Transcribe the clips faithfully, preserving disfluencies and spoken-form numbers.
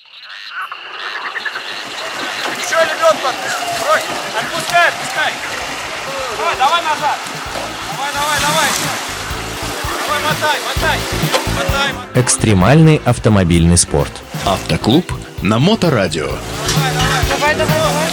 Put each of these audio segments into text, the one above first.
Еще лебедку брось. Отпускай, отпускай. Давай, давай назад. Давай, давай, давай. Давай, мотай, мотай. Мотай, мотай. Экстремальный автомобильный спорт. Автоклуб на Моторадио. Давай, давай, давай, давай.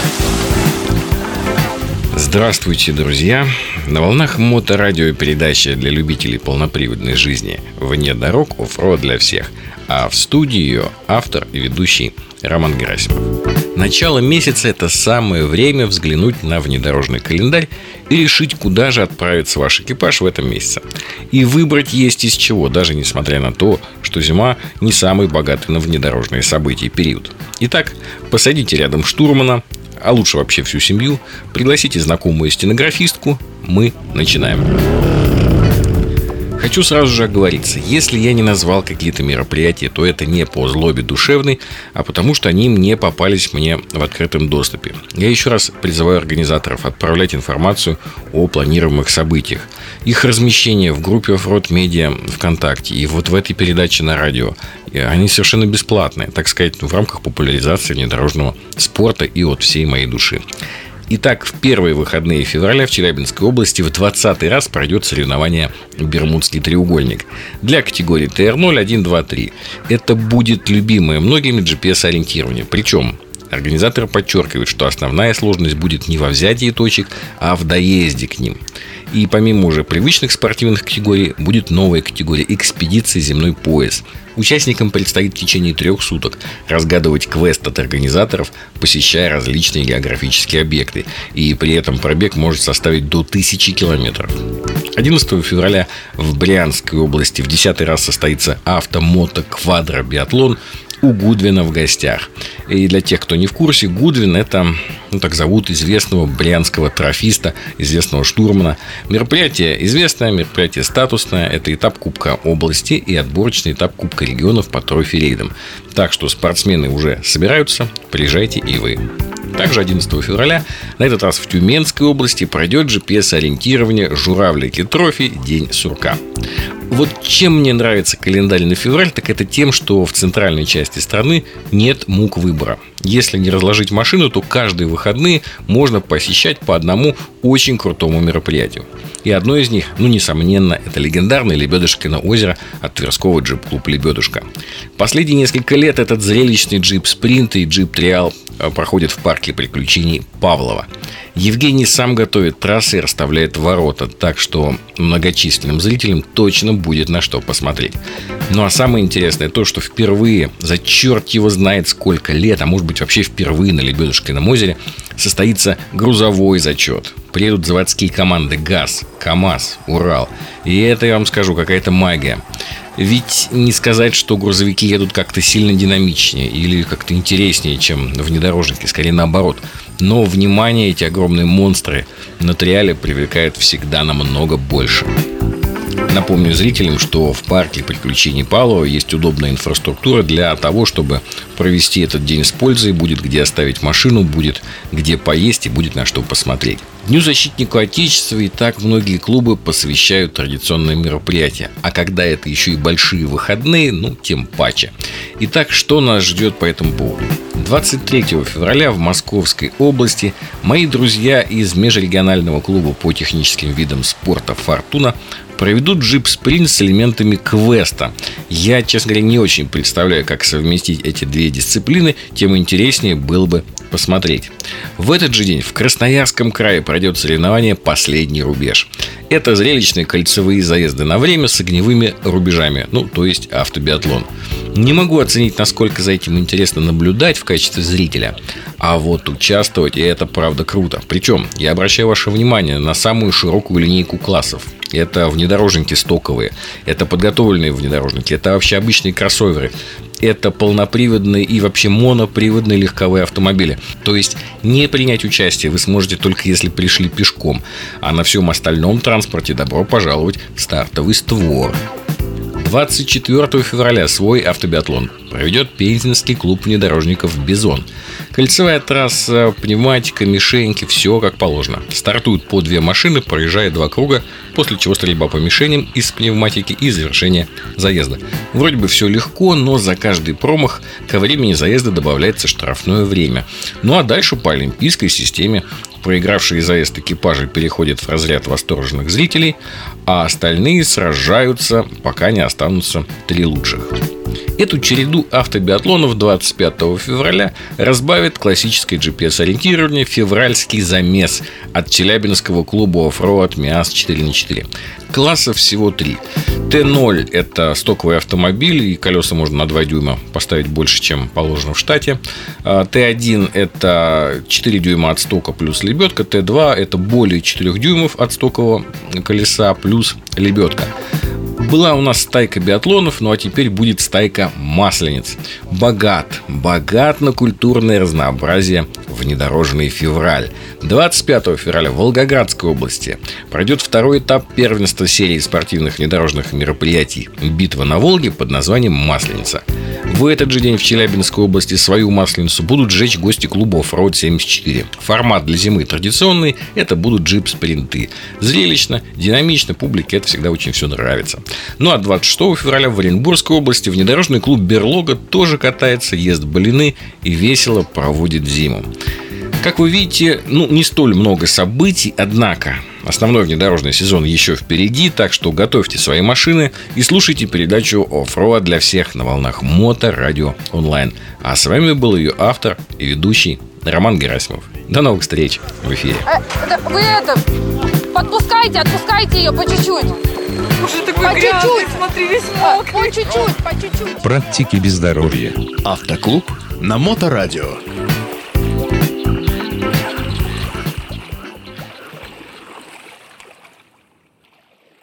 Здравствуйте, друзья! На волнах Моторадио передача для любителей полноприводной жизни «Вне дорог. Оффроуд для всех». А в студии ее автор и ведущий Роман Герасимов. Начало месяца – это самое время взглянуть на внедорожный календарь и решить, куда же отправится ваш экипаж в этом месяце. И выбрать есть из чего, даже несмотря на то, что зима не самый богатый на внедорожные события период. Итак, посадите рядом штурмана, а лучше вообще всю семью, пригласите знакомую стенографистку, мы начинаем. Хочу сразу же оговориться, если я не назвал какие-то мероприятия, то это не по злобе душевной, а потому что они мне попались мне в открытом доступе. Я еще раз призываю организаторов отправлять информацию о планируемых событиях. Их размещение в группе Offroad Media ВКонтакте и вот в этой передаче на радио, они совершенно бесплатные, так сказать, в рамках популяризации внедорожного спорта и от всей моей души. Итак, в первые выходные февраля в Челябинской области в двадцатый раз пройдет соревнование «Бермудский треугольник» для категории Т Р ноль, один, два, три. Это будет любимое многими джи пи эс-ориентирование. Причем организаторы подчеркивают, что основная сложность будет не во взятии точек, а в доезде к ним. И помимо уже привычных спортивных категорий, будет новая категория «Экспедиция земной пояс». Участникам предстоит в течение трех суток разгадывать квест от организаторов, посещая различные географические объекты. И при этом пробег может составить до тысячи километров. одиннадцатого февраля в Брянской области в десятый раз состоится авто-мото-квадро-биатлон у Гудвина в гостях. И для тех, кто не в курсе, Гудвин — это, ну, так зовут известного брянского трофиста, известного штурмана. Мероприятие известное, мероприятие статусное. Это этап Кубка области и отборочный этап Кубка регионов по трофи-рейдам. Так что спортсмены уже собираются, приезжайте и вы. Также одиннадцатого февраля, на этот раз в Тюменской области, пройдет джи пи эс-ориентирование «Журавлики трофи. День сурка». Вот чем мне нравится календарь на февраль, так это тем, что в центральной части страны нет мук выбора. Если не разложить машину, то каждые выходные можно посещать по одному очень крутому мероприятию. И одно из них, ну, несомненно, это легендарное Лебедушкино озеро от Тверского джип-клуба «Лебедушка». Последние несколько лет этот зрелищный джип-спринт и джип-триал проходят в парке приключений Павлова. Евгений сам готовит трассы и расставляет ворота, так что многочисленным зрителям точно будет на что посмотреть. Ну а самое интересное то, что впервые за черт его знает сколько лет, а может быть вообще впервые на Лебедушкином озере, состоится грузовой зачет. Приедут заводские команды ГАЗ, КАМАЗ, Урал. И это, я вам скажу, какая-то магия. Ведь не сказать, что грузовики едут как-то сильно динамичнее или как-то интереснее, чем внедорожники, скорее наоборот. Но внимание эти огромные монстры на триале привлекают всегда намного больше. Напомню зрителям, что в парке приключений Павлова есть удобная инфраструктура для того, чтобы провести этот день с пользой. Будет где оставить машину, будет где поесть и будет на что посмотреть. Дню защитнику Отечества и так многие клубы посвящают традиционные мероприятия. А когда это еще и большие выходные, ну, тем паче. Итак, что нас ждет по этому поводу? двадцать третьего февраля в Московской области мои друзья из межрегионального клуба по техническим видам спорта «Фортуна» проведут джип-спринт с элементами квеста. Я, честно говоря, не очень представляю, как совместить эти две дисциплины, тем интереснее было бы посмотреть. В этот же день в Красноярском крае пройдет соревнование «Последний рубеж». Это зрелищные кольцевые заезды на время с огневыми рубежами, ну, то есть автобиатлон. Не могу оценить, насколько за этим интересно наблюдать в качестве зрителя, а вот участвовать, и это правда круто. Причем я обращаю ваше внимание на самую широкую линейку классов. Это внедорожники стоковые, это подготовленные внедорожники, это вообще обычные кроссоверы, это полноприводные и вообще моноприводные легковые автомобили. То есть не принять участие вы сможете только если пришли пешком, а на всем остальном транспорте добро пожаловать в стартовый створ. двадцать четвёртого февраля свой автобиатлон проведет Пензенский клуб внедорожников «Бизон». Кольцевая трасса, пневматика, мишеньки, все как положено. Стартуют по две машины, проезжая два круга, после чего стрельба по мишеням из пневматики и завершение заезда. Вроде бы все легко, но за каждый промах ко времени заезда добавляется штрафное время. Ну а дальше по олимпийской системе проигравшие заезд экипажи переходят в разряд восторженных зрителей, а остальные сражаются, пока не останутся три лучших. Эту череду автобиатлонов двадцать пятого февраля разбавит классическое джи пи эс-ориентирование «Февральский замес» от челябинского клуба оффроуд МИАЗ четыре на четыре. Классов всего три. Т ноль – это стоковый автомобиль, и колеса можно на два дюйма поставить больше, чем положено в штате. Т один – это четыре дюйма от стока плюс лебедка. Т два – это более четырех дюймов от стокового колеса плюс лебедка. Была у нас стайка биатлонов, ну а теперь будет стайка маслениц. Богат, богат на культурное разнообразие внедорожный февраль. двадцать пятого февраля в Волгоградской области пройдет второй этап первенства серии спортивных внедорожных мероприятий «Битва на Волге» под названием «Масленица». В этот же день в Челябинской области свою масленицу будут сжечь гости клуба оффроуд семьдесят четыре. Формат для зимы традиционный, это будут джип-спринты. Зрелищно, динамично, публике это всегда очень все нравится. Ну а двадцать шестого февраля в Оренбургской области внедорожный клуб «Берлога» тоже катается, ест блины и весело проводит зиму. Как вы видите, ну, не столь много событий, однако основной внедорожный сезон еще впереди, так что готовьте свои машины и слушайте передачу «Оффроуд для всех» на волнах Моторадио онлайн. А с вами был ее автор и ведущий Роман Герасимов. До новых встреч в эфире. А, да, вы это, подпускайте, отпускайте ее по чуть-чуть. Уже такой По грязный, чуть-чуть. смотри, весь А, мокрый. по чуть-чуть, по чуть-чуть. Практики бездоровья. Автоклуб на Моторадио.